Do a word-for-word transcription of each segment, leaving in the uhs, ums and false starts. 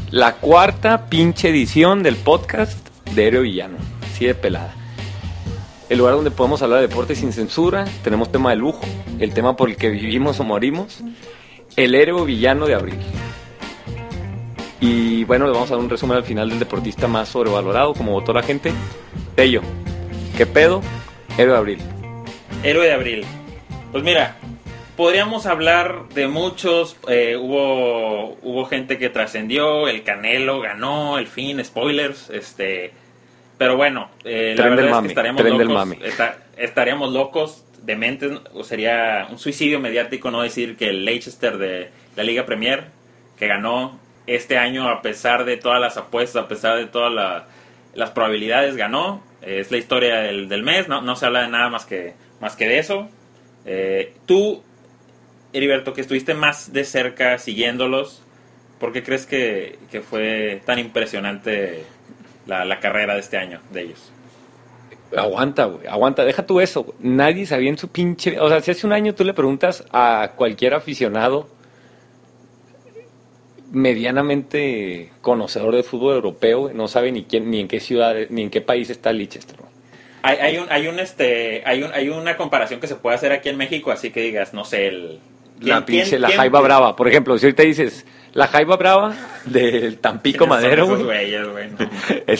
La cuarta pinche edición del podcast de Héroe Villano. Así de pelada. El lugar donde podemos hablar de deporte sin censura. Tenemos tema de lujo. El tema por el que vivimos o morimos. El héroe villano de abril. Y bueno, le vamos a dar un resumen al final del deportista más sobrevalorado, como votó la gente. Tello, ¿qué pedo? Héroe de abril. Héroe de abril. Pues mira, podríamos hablar de muchos. Eh, hubo hubo gente que trascendió. El Canelo ganó, el fin, spoilers. Este, pero bueno, eh, la verdad es que estaríamos locos. Esta, estaríamos locos, dementes. O sería un suicidio mediático no decir que el Leicester de la Liga Premier, que ganó este año a pesar de todas las apuestas, a pesar de todas la, las probabilidades, ganó. Eh, es la historia del, del mes. No, no se habla de nada más que más que de eso. Eh, tú, Heriberto, que estuviste más de cerca siguiéndolos, ¿por qué crees que, que fue tan impresionante la, la carrera de este año de ellos? Aguanta, güey, aguanta, deja tú eso, güey. Nadie sabía en su pinche... O sea, si hace un año tú le preguntas a cualquier aficionado medianamente conocedor de fútbol europeo, no sabe ni quién, ni en qué ciudad, ni en qué país está Leicester, ¿no? Hay, hay un, hay un, este, hay un, hay una comparación que se puede hacer aquí en México, así que digas, no sé, el... ¿quién, la pinche, ¿quién, la quién, Jaiba quién? Brava, por ejemplo, si ahorita dices, la Jaiba Brava del Tampico Madero, güey. Güeyes, güey, no.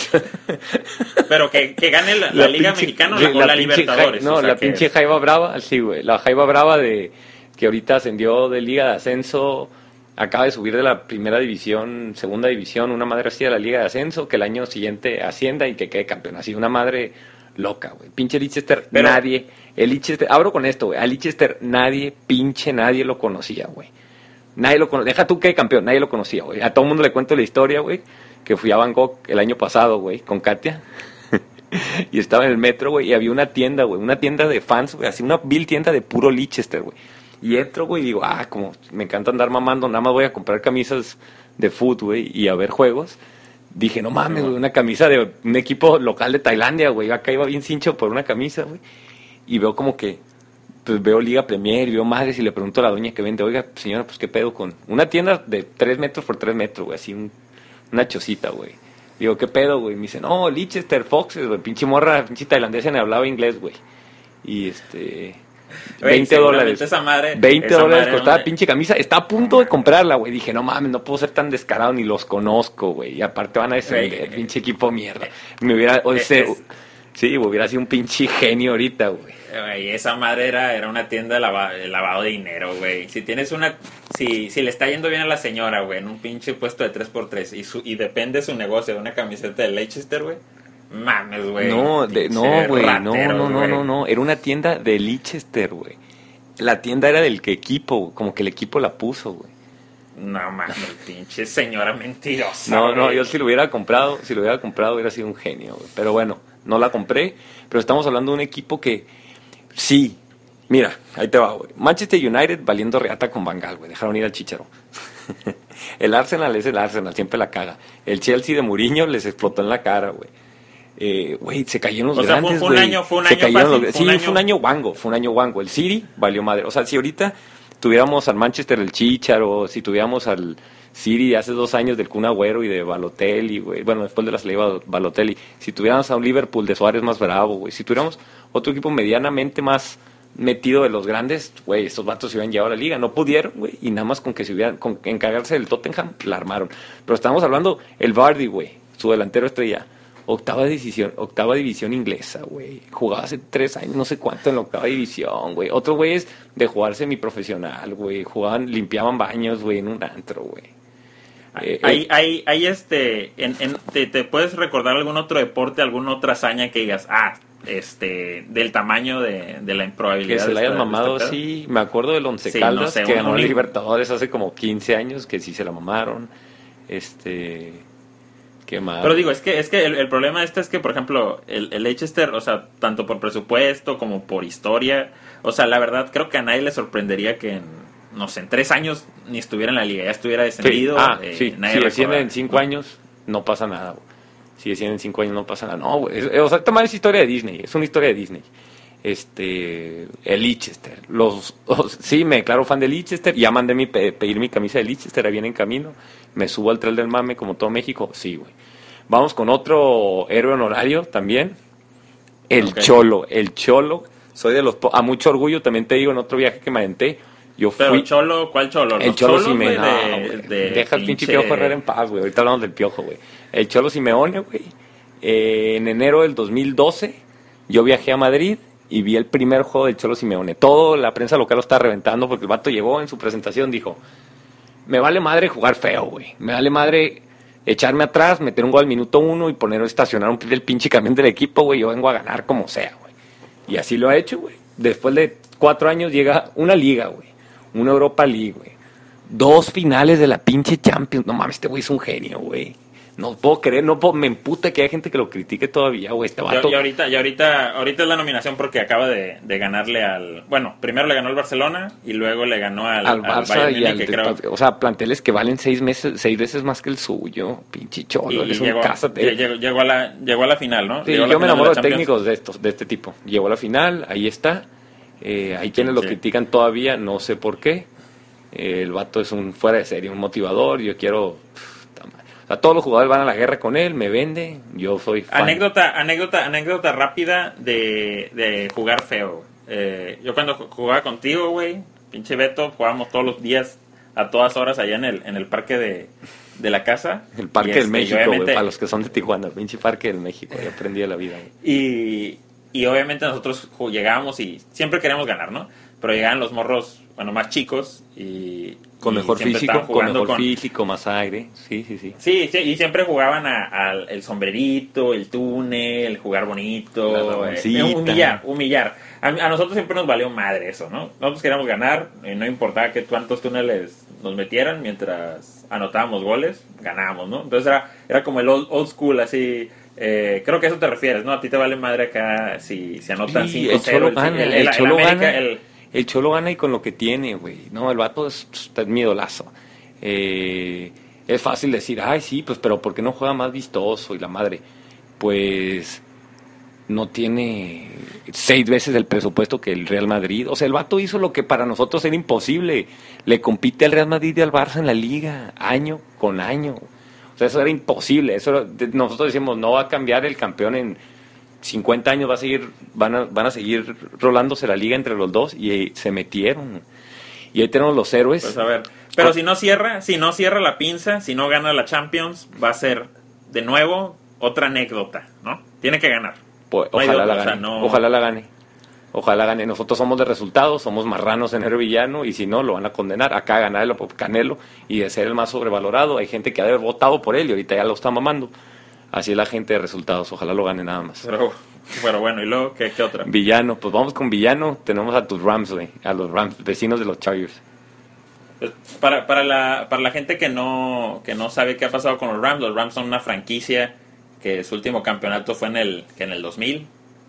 Pero que, que gane la, la, la Liga pinche, Mexicana o la, la, la Libertadores. No, o sea, la pinche es... Jaiba Brava, sí, güey, la Jaiba Brava de que ahorita ascendió de Liga de Ascenso, acaba de subir de la primera división, segunda división, una madre así de la Liga de Ascenso, que el año siguiente ascienda y que quede campeón, así, una madre... loca, güey. Pinche Leicester, pero, nadie. El Leicester, abro con esto, güey. A Leicester nadie, pinche nadie lo conocía, güey. Nadie lo conocía. Deja tú que campeón, nadie lo conocía, güey. A todo el mundo le cuento la historia, güey. Que fui a Bangkok el año pasado, güey, con Katia. Y estaba en el metro, güey. Y había una tienda, güey. Una tienda de fans, güey. Así una vil tienda de puro Leicester, güey. Y entro, güey, y digo, ah, como me encanta andar mamando, nada más voy a comprar camisas de fútbol, güey, y a ver juegos. Dije, no mames, güey, una camisa de un equipo local de Tailandia, güey. Acá iba bien cincho por una camisa, güey. Y veo como que, pues veo Liga Premier y veo madres y le pregunto a la doña que vende, oiga, señora, pues qué pedo con una tienda de tres metros por tres metros, güey, así un, una chocita, güey. Digo, qué pedo, güey. Me dice, no, Leicester Foxes, güey, pinche morra, pinche tailandesa, me hablaba inglés, güey. Y este... veinte dólares. Esa madre, veinte esa dólares madre costaba no... pinche camisa. Está a punto de comprarla, güey. Dije, no mames, no puedo ser tan descarado, ni los conozco, güey. Y aparte van a descender, pinche equipo mierda. Me hubiera, o sea, es... sí, hubiera sido un pinche genio ahorita, güey. Güey, esa madre era, era una tienda de lava, lavado de dinero, güey. Si tienes una, si, si le está yendo bien a la señora, güey, en un pinche puesto de tres por tres y, su, y depende su negocio de una camiseta de Leicester, güey. Mames, güey. No, de, no, güey, no, no, no, no, no. Era una tienda de Leicester, güey. La tienda era del que equipo, como que el equipo la puso, güey. No mames, pinche señora mentirosa. No, güey. no, yo si lo hubiera comprado, si lo hubiera comprado hubiera sido un genio, güey. Pero bueno, no la compré. Pero estamos hablando de un equipo que, sí, mira, ahí te va, güey. Manchester United valiendo reata con Van Gaal, güey. Dejaron ir al Chicharo. El Arsenal es el Arsenal, siempre la caga. El Chelsea de Mourinho les explotó en la cara, güey. Eh, güey, se cayeron los o grandes, sea, fue, fue un güey. año, fue un se año cayeron fácil, los... fue Sí, un año... fue un año guango, fue un año guango. El City valió madre. O sea, si ahorita tuviéramos al Manchester el Chícharo, si tuviéramos al City de hace dos años del Kun Agüero y de Balotelli, güey. Bueno, después de la salida de Balotelli. Si tuviéramos a un Liverpool de Suárez más bravo, güey. Si tuviéramos otro equipo medianamente más metido de los grandes, güey, estos vatos se hubieran llevado a la liga. No pudieron, güey, y nada más con que se hubieran, con encargarse del Tottenham, la armaron. Pero estamos hablando, el Vardy, güey, su delantero estrella. Octava división, octava división inglesa, güey. Jugaba hace tres años, no sé cuánto en la octava división, güey. Otros güeyes de jugar semiprofesional, güey. Jugaban, limpiaban baños, güey, en un antro, güey. Eh, hay, eh, hay, hay este, en, en, te, ¿te puedes recordar algún otro deporte, alguna otra hazaña que digas, ah, este, del tamaño de, de la improbabilidad? Que se la hayan esta, mamado, esta sí. Me acuerdo del Once sí, Caldas, no sé, que un, ganó un... el Libertadores hace como quince años, que sí se la mamaron. Este... Qué mal. Pero digo, es que es que el, el problema este es que, por ejemplo, el, el Leicester, o sea, tanto por presupuesto como por historia, o sea, la verdad creo que a nadie le sorprendería que en, no sé, en tres años ni estuviera en la liga, ya estuviera descendido. Sí. Ah, eh, sí, nadie si descienden recordará. en cinco años, no pasa nada, güey. Si descienden en cinco años, no pasa nada. No, güey, es, o sea, tomar es historia de Disney, es una historia de Disney. este el Leicester. Los, los sí, me declaro fan de Leicester, ya mandé mi pe, pedir mi camisa de Leicester, ahí viene en camino. Me subo al tren del mame como todo México, sí, güey. Vamos con otro héroe honorario también, el okay. Cholo, el Cholo. Soy de los a mucho orgullo, también te digo, en otro viaje que me aventé, yo fui... Pero Cholo, ¿cuál Cholo? El Cholo Simeone, de, de deja el pinche Piojo Herrera en paz, güey, ahorita hablamos del Piojo, güey. El Cholo Simeone, güey, eh, en enero del dos mil doce, yo viajé a Madrid y vi el primer juego del Cholo Simeone. Todo la prensa local lo estaba reventando porque el vato llegó en su presentación, dijo, me vale madre jugar feo, güey, me vale madre echarme atrás, meter un gol al minuto uno y poner, estacionar un, el pinche camión del equipo, güey, yo vengo a ganar como sea, güey. Y así lo ha hecho, güey. Después de cuatro años llega una liga, güey. Una Europa League, güey. Dos finales de la pinche Champions. No mames, este güey es un genio, güey. No puedo creer, no puedo, me emputa que hay gente que lo critique todavía, güey. Este vato. Y, y ahorita, y ahorita, ahorita es la nominación porque acaba de, de ganarle al... Bueno, primero le ganó al Barcelona y luego le ganó al, al Barça al Bayern y al... Que creo, o sea, planteles que valen seis meses, seis veces más que el suyo. Pinche Cholo, y, es y llegó, un casa de... llegó, llegó, a la, llegó a la final, ¿no? Sí, yo me enamoro de, de técnicos de estos, de este tipo. Llegó a la final, ahí está. Eh, hay quienes sí, lo sí. critican todavía, no sé por qué. Eh, el vato es un fuera de serie, un motivador. Yo quiero... O sea, todos los jugadores van a la guerra con él, me vende, yo soy fan. Anécdota, anécdota, anécdota rápida de, de jugar feo. Eh, yo cuando jugaba contigo, güey, pinche Beto, jugábamos todos los días, a todas horas, allá en el, en el parque de, de la casa. El parque del este, México, güey, para los que son de Tijuana, el pinche parque del México, yo aprendí de la vida, güey. Y, y obviamente nosotros llegábamos y siempre queríamos ganar, ¿no? Pero llegaban los morros, bueno, más chicos y... Con mejor físico, con mejor con... físico, más aire, sí, sí, sí. Sí, sí, y siempre jugaban al el sombrerito, el túnel, jugar bonito, eh, humillar, humillar. A, a nosotros siempre nos valió madre eso, ¿no? Nosotros queríamos ganar, y no importaba que cuántos túneles nos metieran, mientras anotábamos goles, ganábamos, ¿no? Entonces era, era como el old, old school, así... Eh, creo que a eso te refieres, ¿no? A ti te vale madre acá si, si anotan sí, cinco cero. El Cholo gana, el, el, el, Cholo el América, gana. El, El Cholo gana y con lo que tiene, güey. No, el vato es, es mi idolazo. Eh, es fácil decir, ay, sí, pues, pero ¿por qué no juega más vistoso? Y la madre, pues, no tiene seis veces el presupuesto que el Real Madrid. O sea, el vato hizo lo que para nosotros era imposible. Le compite al Real Madrid y al Barça en la Liga, año con año. O sea, eso era imposible. Eso era, nosotros decimos, no va a cambiar el campeón en... cincuenta años va a seguir, van a, van a seguir rolándose la liga entre los dos y eh, se metieron. Y ahí tenemos los héroes. Pues a ver, pero ah. si no cierra, si no cierra la pinza, si no gana la Champions, va a ser de nuevo otra anécdota, ¿no? Tiene que ganar. Pues, no ojalá, la gane, o sea, no... ojalá la gane. Ojalá gane. Nosotros somos de resultados, somos marranos en héroe villano y si no, lo van a condenar. Acá ganar el Canelo y de ser el más sobrevalorado. Hay gente que ha de haber votado por él y ahorita ya lo está mamando. Así es la gente de resultados, ojalá lo gane nada más. Pero, pero bueno, ¿y luego qué, qué otra? Villano, pues vamos con villano, tenemos a tus Rams, güey, a los Rams, vecinos de los Chargers. Pues para, para, la, para la gente que no, que no sabe qué ha pasado con los Rams, los Rams son una franquicia que su último campeonato fue en el, que en el dos mil.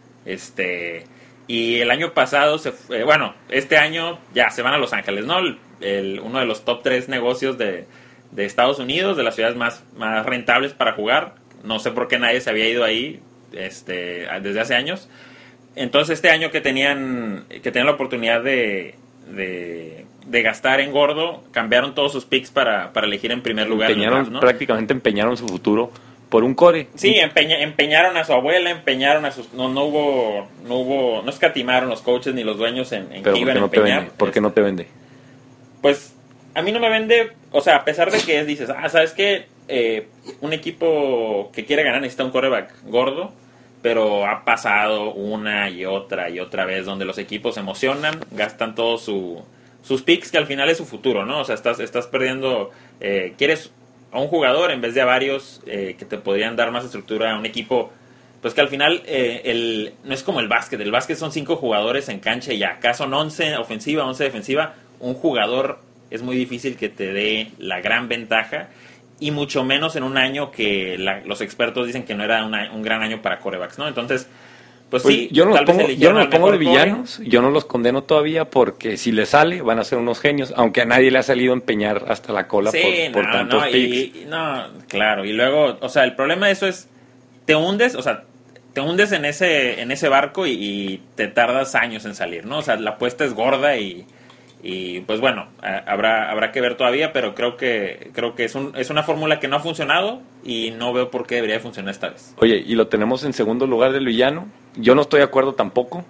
Este, y el año pasado, se fue, bueno, este año ya se van a Los Ángeles, ¿no? El, el, uno de los top tres negocios de, de Estados Unidos, de las ciudades más, más rentables para jugar. No sé por qué nadie se había ido ahí este, desde hace años. Entonces este año que tenían que tenían la oportunidad de, de, de gastar en gordo, cambiaron todos sus picks para, para elegir en primer lugar. Empeñaron, draft, ¿no? Prácticamente empeñaron su futuro por un core. Sí, empeña, empeñaron a su abuela, empeñaron a sus... No, no hubo, no hubo, no escatimaron los coaches ni los dueños en, en Pero que iban a no empeñar. Te ¿Por qué no te vende? Pues a mí no me vende, o sea, a pesar de que dices, ah, ¿sabes qué? Eh, un equipo que quiere ganar necesita un quarterback gordo, pero ha pasado una y otra y otra vez donde los equipos se emocionan, gastan todos su, sus picks, que al final es su futuro, ¿no? O sea, estás, estás perdiendo, eh, quieres a un jugador en vez de a varios eh, que te podrían dar más estructura a un equipo, pues que al final eh, el, no es como el básquet, el básquet son cinco jugadores en cancha y acá son once ofensiva, once defensiva, un jugador es muy difícil que te dé la gran ventaja. Y mucho menos en un año que la, los expertos dicen que no era una, un gran año para quarterbacks, ¿no? Entonces, pues, pues sí, yo no los pongo, yo no los pongo de villanos, core. Yo no los condeno todavía porque si les sale van a ser unos genios, aunque a nadie le ha salido a empeñar hasta la cola sí, por, por no, tantos no, picks. Y, no, claro, y luego, o sea, el problema de eso es, te hundes, o sea, te hundes en ese en ese barco y, y te tardas años en salir, ¿no? O sea, la apuesta es gorda y, y pues bueno, habrá habrá que ver todavía, pero creo que creo que es un es una fórmula que no ha funcionado y no veo por qué debería funcionar esta vez. Oye, y lo tenemos en segundo lugar del villano. Yo no estoy de acuerdo tampoco,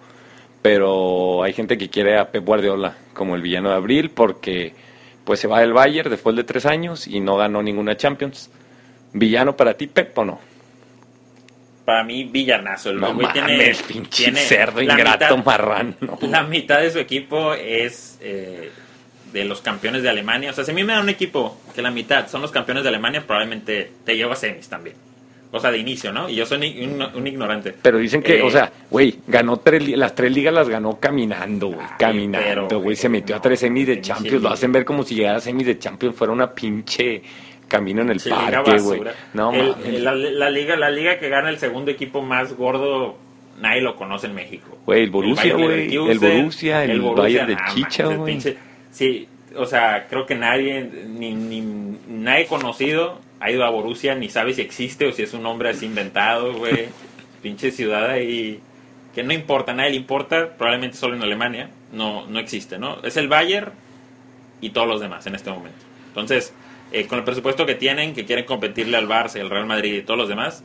pero hay gente que quiere a Pep Guardiola como el villano de abril porque pues se va del Bayern después de tres años y no ganó ninguna Champions. ¿Villano para ti, Pep, o no? Para mí, villanazo. El no güey mames, tiene, pinche tiene cerdo ingrato marrano. La mitad de su equipo es eh, de los campeones de Alemania. O sea, si a mí me da un equipo que la mitad son los campeones de Alemania, probablemente te llevo a semis también. O sea, de inicio, ¿no? Y yo soy un, un ignorante. Pero dicen que, eh, o sea, güey, ganó tres, las tres ligas las ganó caminando, güey. Caminando, güey. Se metió a tres semis de Champions. Lo hacen ver como si llegara a semis de Champions fuera una pinche camino en el sí, parque, güey. No, el, el, la, la liga la liga que gana el segundo equipo más gordo, nadie lo conoce en México. Güey, el Borussia, güey. El, el Borussia, el, el Bayern de Chicha, güey. Sí, o sea, creo que nadie, ni, ni nadie conocido ha ido a Borussia, ni sabe si existe o si es un nombre así inventado, güey. Pinche ciudad ahí que no importa, a nadie le importa, probablemente solo en Alemania, no, no existe, ¿no? Es el Bayern y todos los demás en este momento. Entonces, eh, con el presupuesto que tienen, que quieren competirle al Barça, al Real Madrid y todos los demás,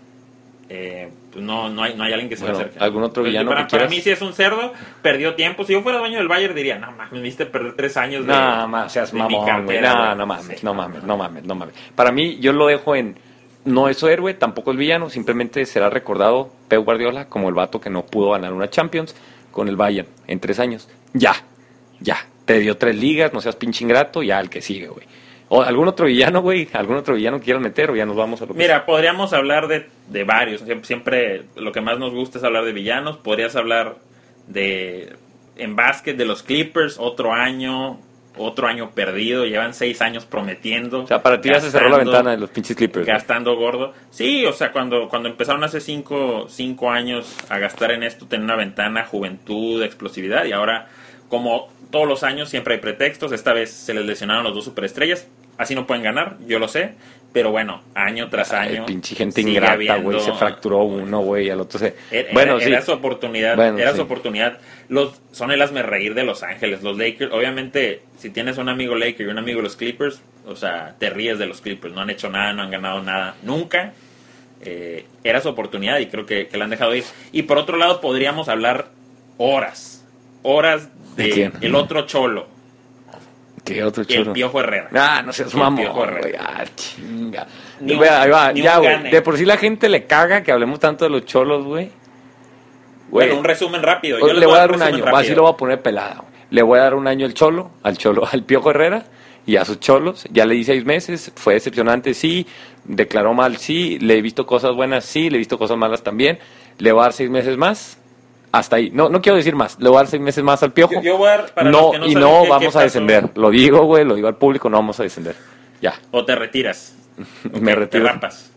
eh, pues no, no, hay, no hay alguien que se bueno, le acerque. ¿algún otro villano para, que para quieras? mí, si es un cerdo, perdió tiempo. Si yo fuera dueño del Bayern, diría, no mames, me viste perder tres años de No, más seas de mamón, güey. No, no mames, no mames, no mames, no mames. Para mí, yo lo dejo en... No es su héroe, tampoco es villano, simplemente será recordado Pep Guardiola como el vato que no pudo ganar una Champions con el Bayern en tres años. Ya, ya. Te dio tres ligas, no seas pinche ingrato, ya el que sigue, güey. ¿O algún otro villano, güey? ¿Algún otro villano que quieran meter o ya nos vamos a lo que... Mira, podríamos hablar de, de varios. Siempre lo que más nos gusta es hablar de villanos. Podrías hablar de... En básquet, de los Clippers, otro año... Otro año perdido, llevan seis años prometiendo. O sea, para ti ya se cerró la ventana de los pinches Clippers. Gastando ¿no? gordo. Sí, o sea, cuando, cuando empezaron hace cinco, cinco años a gastar en esto, tener una ventana, juventud, explosividad, y ahora, como todos los años, siempre hay pretextos. Esta vez se les lesionaron los dos superestrellas. Así no pueden ganar, yo lo sé. Pero bueno, año tras año. Ay, pinche gente ingrata, güey. Se fracturó uno, güey, al otro se... Era, bueno, era sí. su oportunidad, bueno, era sí. su oportunidad. Los, son el hazme reír de Los Ángeles, los Lakers. Obviamente, si tienes un amigo Laker y un amigo de los Clippers, o sea, te ríes de los Clippers. No han hecho nada, no han ganado nada, nunca. Eh, era su oportunidad y creo que, que la han dejado ir. Y por otro lado, podríamos hablar horas, horas de, ¿De quién? el otro cholo. ¿Qué otro cholo? El Piojo Herrera. Ah, no seas El mamón, Piojo Herrera. güey. Ah, chinga. Ni Güey, un- ahí va, ni ya, un güey. gane. De por sí la gente le caga que hablemos tanto de los cholos, güey. Güey, Bueno, un resumen rápido. Pues Yo les le voy a dar un resumen año, rápido. así lo voy a poner pelada. Güey. Le voy a dar un año al cholo, al cholo, al Piojo Herrera y a sus cholos. Ya le di seis meses, fue decepcionante, sí. Declaró mal, sí. Le he visto cosas buenas, sí. Le he visto cosas malas también. Le voy a dar seis meses más. Hasta ahí. No, no quiero decir más. Le voy a dar seis meses más al Piojo. Yo, yo voy a dar, para no, los que no y saben no qué- vamos qué a pasó, descender. Lo digo, güey, lo digo al público, no vamos a descender. Ya, O te retiras. me Ok, retiro. Te rapas.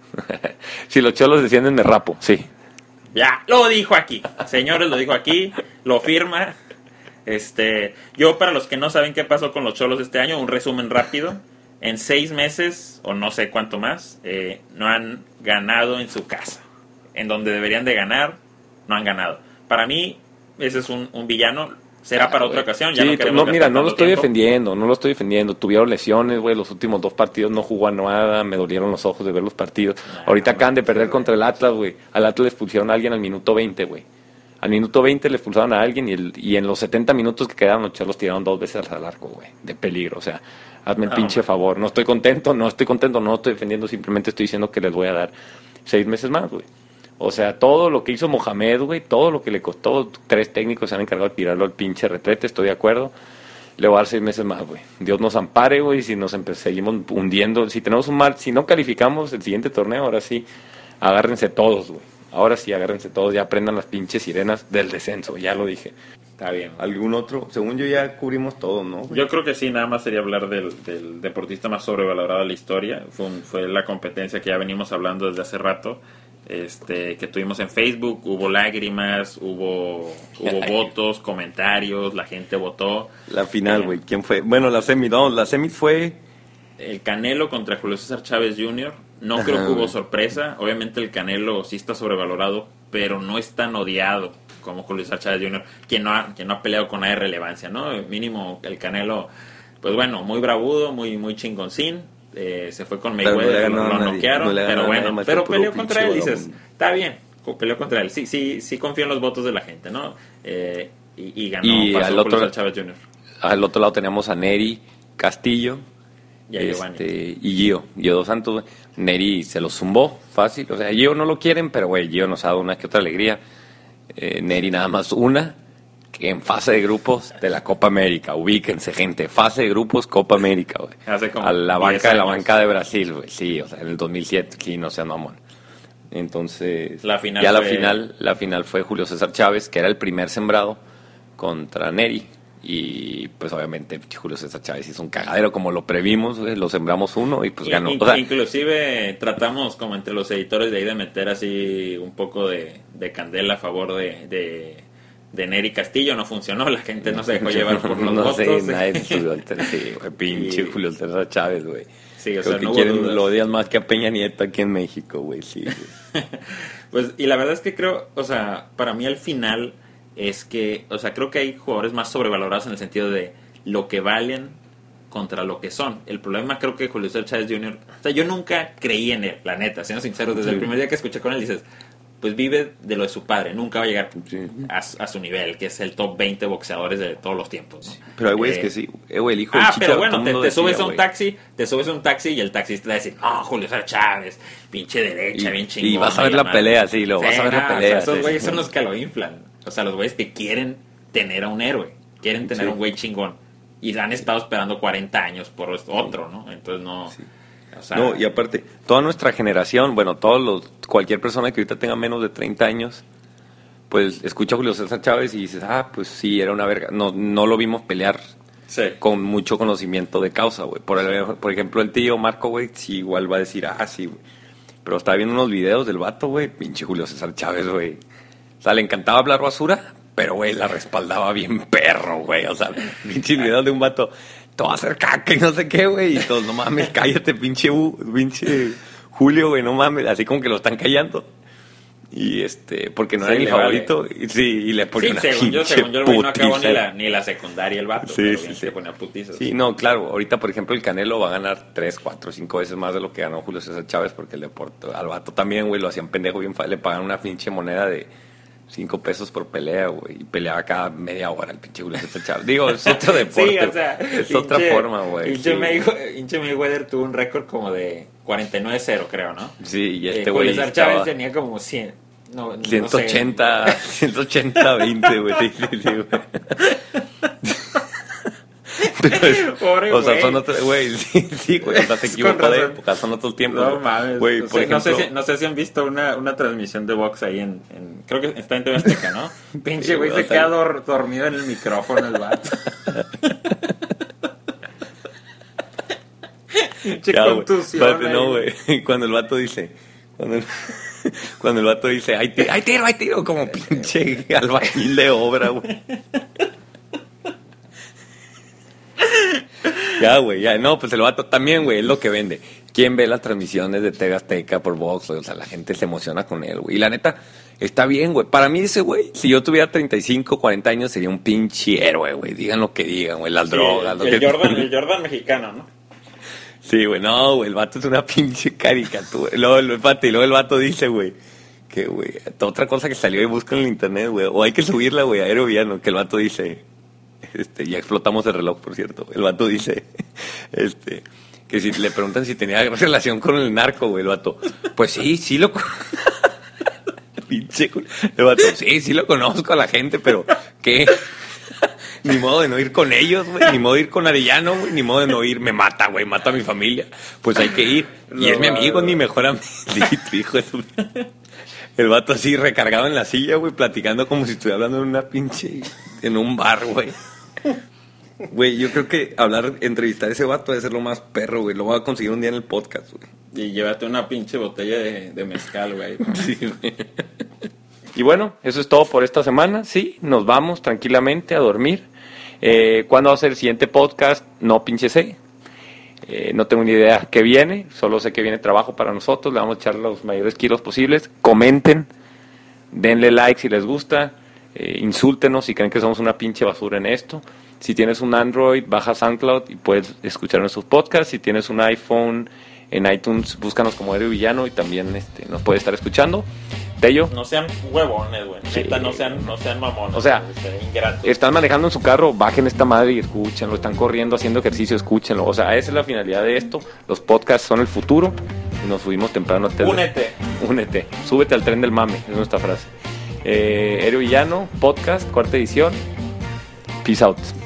Si los cholos descienden, me rapo, sí. Ya, lo dijo aquí. Señores, lo dijo aquí. Lo firma. Este, yo, para los que no saben qué pasó con los cholos este año, un resumen rápido. En seis meses, o no sé cuánto más, eh, no han ganado en su casa. En donde deberían de ganar, no han ganado. Para mí, ese es un, un villano. Será Ah, para güey. otra ocasión. Ya Sí, no tú- queremos no, mira, gastar no lo tanto estoy tiempo. defendiendo, no lo estoy defendiendo. Tuvieron lesiones, güey, los últimos dos partidos no jugó a nada, me dolieron los ojos de ver los partidos. Nah, Ahorita no, acaban de no, perder no, contra el Atlas, güey. Al Atlas le expulsaron a alguien al minuto veinte, güey. Al minuto veinte le expulsaron a alguien y, el, y en los setenta minutos que quedaron los cholos tiraron dos veces al arco, güey, de peligro. O sea, hazme el No, pinche man. favor. No estoy contento, no estoy contento, no estoy defendiendo, simplemente estoy diciendo que les voy a dar seis meses más, güey. O sea, todo lo que hizo Mohamed, güey, todo lo que le costó, tres técnicos se han encargado de tirarlo al pinche retrete, estoy de acuerdo. Le voy a dar seis meses más, güey. Dios nos ampare, güey, si nos empe- seguimos hundiendo. Si tenemos un mal, si no calificamos el siguiente torneo, ahora sí, agárrense todos, güey. Ahora sí, agárrense todos, ya aprendan las pinches sirenas del descenso, ya lo dije. Está bien. ¿Algún otro? Según yo ya cubrimos todo, ¿no? güey? Yo creo que sí, nada más sería hablar del, del deportista más sobrevalorado de la historia. Fue, un- fue la competencia que ya venimos hablando desde hace rato, este, que tuvimos en Facebook. Hubo lágrimas, hubo, hubo votos, comentarios, la gente votó. La final, güey. ¿Quién fue? Bueno, la semi, no, la semi fue... El Canelo contra Julio César Chávez junior No creo Ajá, que hubo güey. sorpresa. Obviamente el Canelo sí está sobrevalorado pero no es tan odiado como Julio César Chávez junior, quien no ha, quien no ha peleado con nada de relevancia, ¿no? Mínimo el Canelo, pues bueno, muy bravudo, muy, muy chingoncín, eh, se fue con Mayweather, no lo, lo noquearon, no pero bueno, pero peleó contra él, pinche, dices, está bien, peleó contra él, sí, sí, sí confío en los votos de la gente, ¿no? Eh, y, y ganó, y pasó al Julio otro, César Chávez junior Al otro lado tenemos a Neri Castillo y a Giovanni. este, y Gio, Gio Dos Santos, güey. Neri se lo zumbó fácil, o sea, Gio no lo quieren, pero güey, Gio nos ha dado una que otra alegría. Eh, Neri nada más una, que en fase de grupos de la Copa América, ubíquense gente, fase de grupos Copa América, güey. Hace como a la banca diez de la años. banca de Brasil, güey, sí, o sea, en el dos mil siete, sí, no seas mamón. Entonces, La final ya la fue- final, la final fue Julio César Chávez, que era el primer sembrado contra Neri. Y pues obviamente Julio César Chávez hizo un cagadero como lo previmos, güey, lo sembramos uno y pues In- ganó. in- O sea, inclusive tratamos como entre los editores de ahí de meter así un poco de, de candela a favor de, de, de Neri Castillo, no funcionó, la gente no se dejó llevar por los no votos. sé, nadie se subió al tren, sí, güey, pinche Y- Julio César Chávez, güey. Sí, o Creo sea, que no hubo quieren, dudas. lo odian más que a Peña Nieto aquí en México, güey, sí, güey. Pues, y la verdad es que creo, o sea, para mí al final es que, o sea, creo que hay jugadores más sobrevalorados en el sentido de lo que valen contra lo que son. El problema creo que Julio César Chávez junior, o sea, yo nunca creí en él, la neta, siendo sincero, desde Sí. el primer día que escuché con él dices, pues vive de lo de su padre, nunca va a llegar Sí. a, a su nivel, que es el top veinte boxeadores de todos los tiempos, ¿no? Pero hay güeyes Eh, que sí. Eh, güey, el hijo del Ah, Chicho, pero todo bueno, el te, mundo te decía, subes a un güey. taxi, te subes a un taxi y el taxista te va a decir, no, Julio César Chávez, pinche derecha, Y- bien y chingón. vas a ver la pelea, sí, lo vas a ver la no, pelea, o sea, esos sí, güeyes sí. son los que lo inflan. O sea, los güeyes que quieren tener a un héroe, quieren tener Sí. un güey chingón. Y han estado esperando cuarenta años por otro, ¿no? Entonces no... Sí. O sea, No, y aparte, Toda nuestra generación, bueno, todos los, cualquier persona que ahorita tenga menos de treinta años, pues escucha a Julio César Chávez y dices, ah, pues sí, era una verga. No, no lo vimos pelear sí. con mucho conocimiento de causa, güey. Por, el- por ejemplo, el tío Marco, güey, sí, igual va a decir, ah, sí, güey. Pero estaba viendo unos videos del vato, güey, pinche Julio César Chávez, güey. O sea, le encantaba hablar basura, pero, güey, la respaldaba bien perro, güey. O sea, pinche videos de un vato, te va a hacer caca y no sé qué, güey. Y todos, no mames, cállate, pinche, U- pinche Julio, güey, no mames. Así como que lo están callando. Y este, porque no Sí, era mi le favorito. Y, sí, y le ponía Sí, una según yo, pinche según yo, el güey no acabó ni putiza. la, ni la secundaria el vato. Sí, pero sí, bien sí. se ponía putizas. Sí, no, claro. Ahorita, por ejemplo, el Canelo va a ganar tres, cuatro, cinco veces más de lo que ganó Julio César Chávez porque el deporte, al vato también, güey, lo hacían pendejo bien fácil. Le pagan una pinche moneda de cinco pesos por pelea, güey. Y peleaba cada media hora el pinche Julio César Chávez. Digo, es otro deporte. Sí, o sea, es pinche- otra forma, güey. Pinche Sí, Maywe- pinche Mayweather tuvo un récord como de cuarenta y nueve cero, creo, ¿no? Sí, y Eh, este güey Julio César estaba Chávez tenía como cien. No, no sé. ciento ochenta, ciento ochenta, veinte, güey. Sí, sí, sí, güey. Pero es- Pobre o sea, güey. son otros, güey, sí, sí, güey, o sea, se Con equivocó de razón. época, son otros tiempos. No mames. güey, O por sea, no, sé ejemplo, si, no sé si han visto una, una transmisión de box ahí en, en- creo que está en T V Azteca, ¿no? Pinche Sí, güey o se sea- queda dor- dormido en el micrófono el vato. Pinche ya, güey, contusión. espérate, ahí. no, güey, cuando el vato dice, cuando el, cuando el vato dice, hay tiro, hay tiro, hay tiro, como pinche albañil de obra, güey. Ya, güey, ya, no, pues el vato también, güey, es lo que vende. ¿Quién ve las transmisiones de T V Azteca por box, güey? O sea, la gente se emociona con él, güey. Y la neta, está bien, güey. Para mí ese güey, si yo tuviera treinta y cinco, cuarenta años, sería un pinche héroe, güey. Digan lo que digan, güey, las Sí, drogas, lo el, que... Jordan, el Jordan mexicano, ¿no? Sí, güey, no, güey, el vato es una pinche caricatura. Luego, el vato, y luego el vato dice, güey, que, güey, otra cosa que salió y busca en el internet, güey, o hay que subirla, güey, a Aeroviano, que el vato dice, este, ya explotamos el reloj, por cierto, el vato dice, este, que si le preguntan si tenía relación con el narco, güey, el vato, pues sí, sí lo... con- pinche, culo. El vato, sí, sí lo conozco a la gente, pero, ¿qué? Ni modo de no ir con ellos, güey. Ni modo de ir con Arellano, güey. Ni modo de no ir. Me mata, güey. Mata a mi familia. Pues hay que ir. Y No, es mi amigo, no. mi mejor amigo. Sí, tu hijo es un... El vato así recargado en la silla, güey. Platicando como si estuviera hablando en una pinche... En un bar, güey. Güey, yo creo que hablar, entrevistar a ese vato debe ser lo más perro, güey. Lo voy a conseguir un día en el podcast, güey. Y llévate una pinche botella de, de mezcal, güey. Sí, güey. Y bueno, eso es todo por esta semana. Sí, nos vamos tranquilamente a dormir. Eh, ¿Cuándo va a ser el siguiente podcast? No pinche sé. Eh, no tengo ni idea qué viene. Solo sé que viene trabajo para nosotros. Le vamos a echar los mayores kilos posibles. Comenten denle like si les gusta, eh, insúltenos si creen que somos una pinche basura en esto. Si tienes un Android, baja SoundCloud y puedes escuchar nuestros podcasts. Si tienes un iPhone, en iTunes, búscanos como Aéreo Villano y también este, nos puedes estar escuchando. Tello. No sean huevones, güey. Sí. Neta, no sean, no sean mamones. O sea, este, ingratos. Están manejando en su carro, bajen esta madre y escúchenlo. Están corriendo, haciendo ejercicio, escúchenlo. O sea, esa es la finalidad de esto. Los podcasts son el futuro y nos subimos temprano a tele. Únete. Únete. Súbete al tren del mame, es nuestra frase. Eh, Aéreo Villano, podcast, cuarta edición. Peace out.